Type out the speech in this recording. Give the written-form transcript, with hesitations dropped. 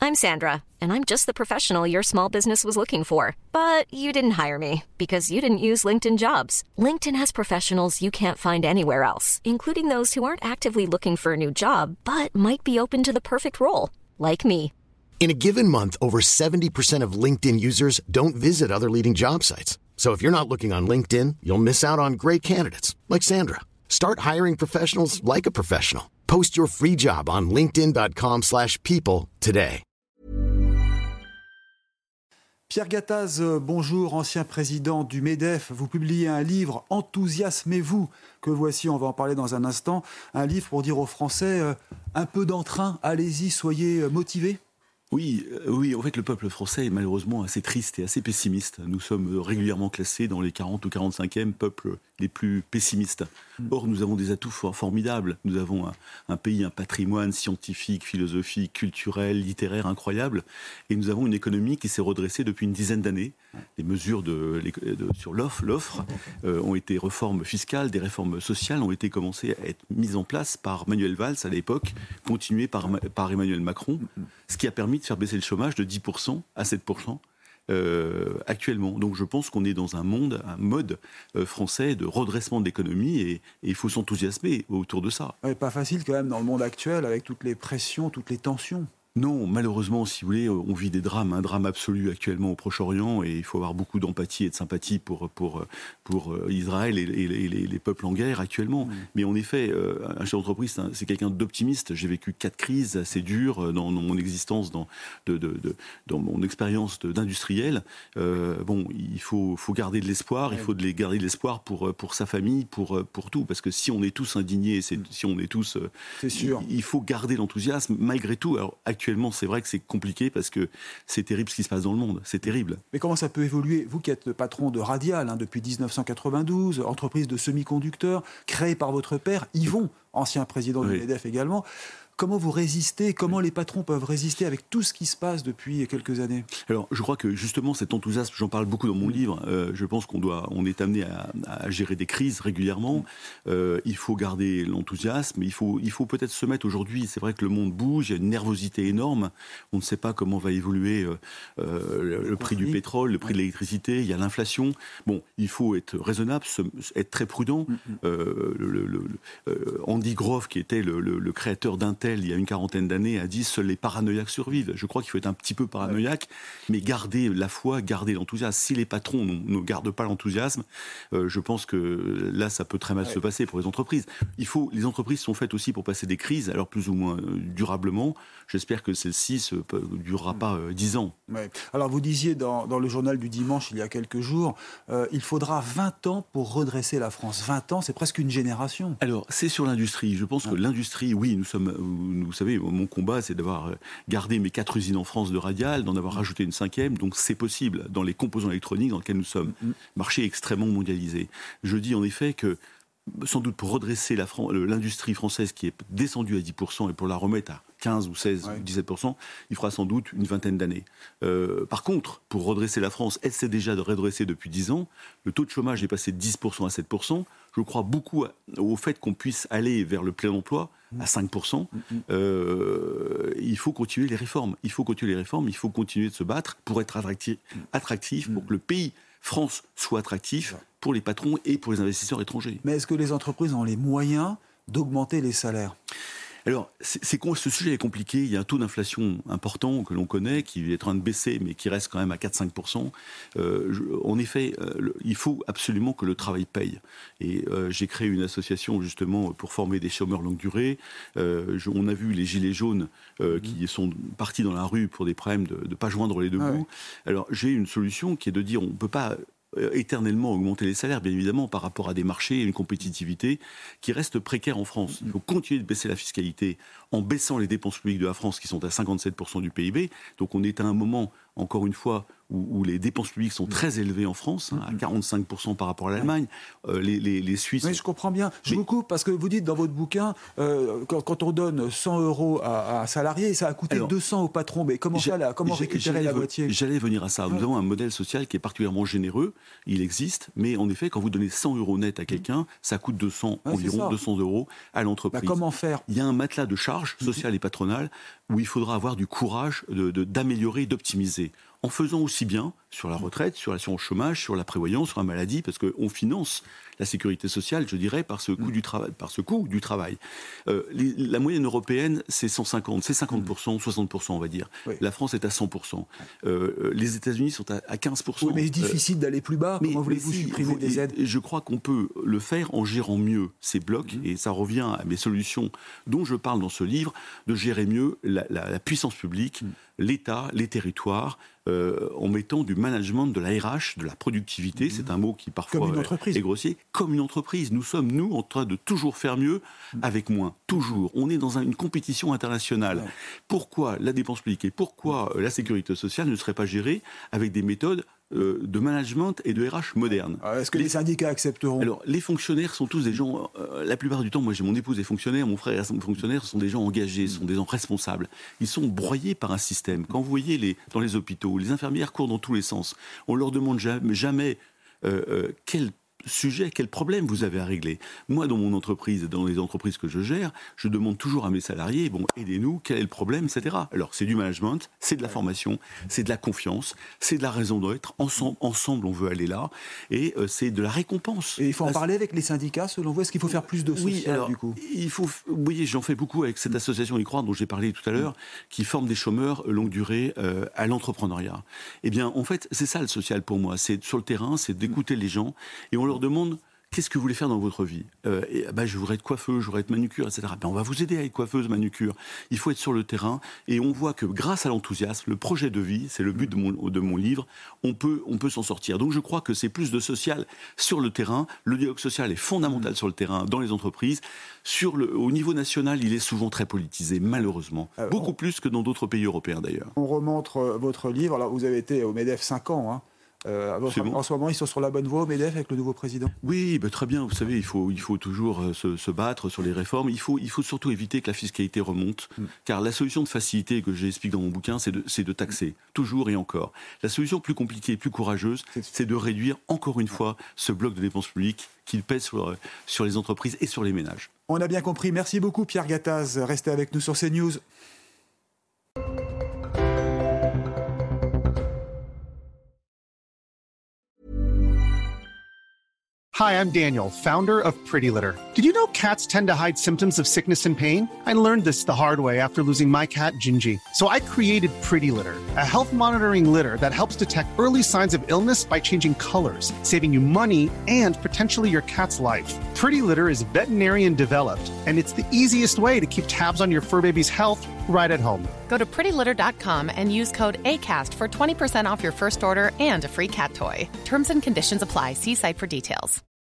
I'm Sandra, and I'm just the professional your small business was looking for. But you didn't hire me because you didn't use LinkedIn Jobs. LinkedIn has professionals you can't find anywhere else, including those who aren't actively looking for a new job, but might be open to the perfect role, like me. In a given month, over 70% of LinkedIn users don't visit other leading job sites. So if you're not looking on LinkedIn, you'll miss out on great candidates like Sandra. Start hiring professionals like a professional. Post your free job on linkedin.com/people today. Pierre Gattaz, bonjour, ancien président du MEDEF. Vous publiez un livre, Enthousiasmez-vous, que voici, on va en parler dans un instant. Un livre pour dire aux Français, un peu d'entrain, allez-y, soyez motivés. Oui, en fait, le peuple français est malheureusement assez triste et assez pessimiste. Nous sommes régulièrement classés dans les 40 ou 45e peuples les plus pessimistes. Or, nous avons des atouts formidables. Nous avons un pays, un patrimoine scientifique, philosophique, culturel, littéraire incroyable. Et nous avons une économie qui s'est redressée depuis une dizaine d'années. Les mesures sur l'offre ont été réformes fiscales, des réformes sociales ont été commencées à être mises en place par Manuel Valls à l'époque, continuées par Emmanuel Macron, ce qui a permis de faire baisser le chômage de 10% à 7%. Actuellement. Donc je pense qu'on est dans un mode français de redressement de l'économie et il faut s'enthousiasmer autour de ça. Ouais, pas facile quand même dans le monde actuel avec toutes les pressions, toutes les tensions. Non, malheureusement, si vous voulez, on vit des drames, un drame absolu actuellement au Proche-Orient et il faut avoir beaucoup d'empathie et de sympathie pour Israël et les peuples en guerre actuellement. Mais en effet, un chef d'entreprise, c'est quelqu'un d'optimiste. J'ai vécu 4 crises assez dures dans mon existence, dans mon expérience d'industriel. Il faut garder de l'espoir, il faut garder de l'espoir pour sa famille, pour tout. Parce que si on est tous indignés, si on est tous... c'est sûr. Il faut garder l'enthousiasme malgré tout. Alors, actuellement, c'est vrai que c'est compliqué parce que c'est terrible ce qui se passe dans le monde. C'est terrible. Mais comment ça peut évoluer ? Vous qui êtes le patron de Radial depuis 1992, entreprise de semi-conducteurs, créée par votre père, Yvon, ancien président du MEDEF également. Comment vous résistez ? Comment les patrons peuvent résister avec tout ce qui se passe depuis quelques années ? Alors, je crois que justement, cet enthousiasme, j'en parle beaucoup dans mon livre, je pense on est amené à gérer des crises régulièrement. Il faut garder l'enthousiasme, il faut peut-être se mettre aujourd'hui, c'est vrai que le monde bouge, il y a une nervosité énorme, on ne sait pas comment va évoluer le prix du pétrole, le prix de l'électricité, il y a l'inflation. Bon, il faut être raisonnable, être très prudent. Andy Grove, qui était le créateur d'Intel, il y a une quarantaine d'années, a dit « Seuls les paranoïaques survivent ». Je crois qu'il faut être un petit peu paranoïaque, mais garder la foi, garder l'enthousiasme. Si les patrons ne gardent pas l'enthousiasme, je pense que là, ça peut très mal se passer pour les entreprises. Les entreprises sont faites aussi pour passer des crises, alors plus ou moins durablement. J'espère que celle-ci ne durera pas 10 ans. Ouais. Alors, vous disiez dans le journal du dimanche, il y a quelques jours, il faudra 20 ans pour redresser la France. 20 ans, c'est presque une génération. Alors, c'est sur l'industrie. Je pense que l'industrie, oui, vous savez, mon combat, c'est d'avoir gardé mes 4 usines en France de Radial, d'en avoir rajouté une 5e, donc c'est possible dans les composants électroniques dans lesquels nous sommes. Marché extrêmement mondialisé. Je dis en effet que, sans doute pour redresser l'industrie française qui est descendue à 10% et pour la remettre à 15 ou 16 ou 17%, il faudra sans doute une vingtaine d'années. Par contre, pour redresser la France, elle s'est déjà redressée depuis 10 ans. Le taux de chômage est passé de 10% à 7%. Je crois beaucoup au fait qu'on puisse aller vers le plein emploi à 5%. Il faut continuer les réformes. Il faut continuer de se battre pour être attractif pour que le pays France soit attractif pour les patrons et pour les investisseurs étrangers. Mais est-ce que les entreprises ont les moyens d'augmenter les salaires ? Alors, ce sujet est compliqué. Il y a un taux d'inflation important que l'on connaît, qui est en train de baisser, mais qui reste quand même à 4-5%. En effet, il faut absolument que le travail paye. Et j'ai créé une association, justement, pour former des chômeurs longue durée. On a vu les gilets jaunes qui sont partis dans la rue pour des problèmes de ne pas joindre les deux bouts. Alors, j'ai une solution qui est de dire on ne peut pas éternellement augmenter les salaires, bien évidemment, par rapport à des marchés et une compétitivité qui reste précaire en France. Il faut continuer de baisser la fiscalité en baissant les dépenses publiques de la France qui sont à 57% du PIB. Donc on est à un moment, encore une fois, où les dépenses publiques sont très élevées en France, à 45% par rapport à l'Allemagne. Les Suisses... Oui, je comprends bien. Je vous coupe parce que vous dites dans votre bouquin, quand on donne 100 € à un salarié, ça a coûté 200 au patron. Mais comment récupérer la moitié ? J'allais venir à ça. Nous avons un modèle social qui est particulièrement généreux. Il existe. Mais en effet, quand vous donnez 100 € net à quelqu'un, ça coûte environ 200 € à l'entreprise. Comment faire ? Il y a un matelas de charges sociales et patronales où il faudra avoir du courage d'améliorer, d'optimiser. En faisant aussi bien sur la retraite, sur l'assurance chômage, sur la prévoyance, sur la maladie, parce qu'on finance la sécurité sociale, je dirais, par ce coût du travail. La moyenne européenne, c'est 150, c'est 50%, 60%, on va dire. Oui. La France est à 100%. Les États-Unis sont à 15%. Oui, mais c'est difficile d'aller plus bas. Comment voulez-vous supprimer des aides ? Je crois qu'on peut le faire en gérant mieux ces blocs, et ça revient à mes solutions dont je parle dans ce livre, de gérer mieux la puissance publique, l'État, les territoires, en mettant du management, de la RH, de la productivité, c'est un mot qui parfois est grossier, comme une entreprise. Nous sommes, en train de toujours faire mieux avec moins, toujours. On est dans une compétition internationale. Ouais. Pourquoi la dépense publique et pourquoi la sécurité sociale ne serait pas gérée avec des méthodes de management et de RH modernes. Est-ce que les syndicats accepteront ? Alors, les fonctionnaires sont tous des gens, la plupart du temps, moi j'ai mon épouse est fonctionnaire, mon frère est fonctionnaire, ce sont des gens engagés, ce sont des gens responsables. Ils sont broyés par un système. Quand vous voyez dans les hôpitaux, les infirmières courent dans tous les sens. On leur demande jamais quel problème vous avez à régler. Moi, dans mon entreprise, dans les entreprises que je gère, je demande toujours à mes salariés, aidez-nous, quel est le problème, etc. Alors, c'est du management, c'est de la formation, c'est de la confiance, c'est de la raison d'être. Ensemble, on veut aller là, et c'est de la récompense. Et il faut en parler avec les syndicats, selon vous. Est-ce qu'il faut faire plus de social, du coup ? Vous voyez, j'en fais beaucoup avec cette association Y Croire, dont j'ai parlé tout à l'heure, qui forme des chômeurs longue durée à l'entrepreneuriat. Eh bien, en fait, c'est ça le social pour moi. C'est sur le terrain, c'est d'écouter les gens, et on leur demande qu'est-ce que vous voulez faire dans votre vie. Je voudrais être coiffeuse, je voudrais être manucure, etc. On va vous aider à être coiffeuse, manucure. Il faut être sur le terrain et on voit que grâce à l'enthousiasme, le projet de vie, c'est le but de mon livre, on peut s'en sortir. Donc je crois que c'est plus de social sur le terrain. Le dialogue social est fondamental sur le terrain, dans les entreprises. Au niveau national, il est souvent très politisé, malheureusement. Beaucoup plus que dans d'autres pays européens d'ailleurs. On remontre votre livre. Alors vous avez été au MEDEF 5 ans, hein. En ce moment, ils sont sur la bonne voie au MEDEF avec le nouveau président ? Oui, très bien. Vous savez, il faut toujours se battre sur les réformes. Il faut surtout éviter que la fiscalité remonte, car la solution de facilité que j'explique dans mon bouquin, c'est de taxer, toujours et encore. La solution plus compliquée, plus courageuse, c'est de réduire encore une fois ce bloc de dépenses publiques qui pèse sur les entreprises et sur les ménages. On a bien compris. Merci beaucoup, Pierre Gattaz. Restez avec nous sur CNews. Hi, I'm Daniel, founder of Pretty Litter. Did you know cats tend to hide symptoms of sickness and pain? I learned this the hard way after losing my cat, Gingy. So I created Pretty Litter, a health monitoring litter that helps detect early signs of illness by changing colors, saving you money and potentially your cat's life. Pretty Litter is veterinarian developed, and it's the easiest way to keep tabs on your fur baby's health right at home. Go to prettylitter.com and use code ACAST for 20% off your first order and a free cat toy. Terms and conditions apply. See site for details.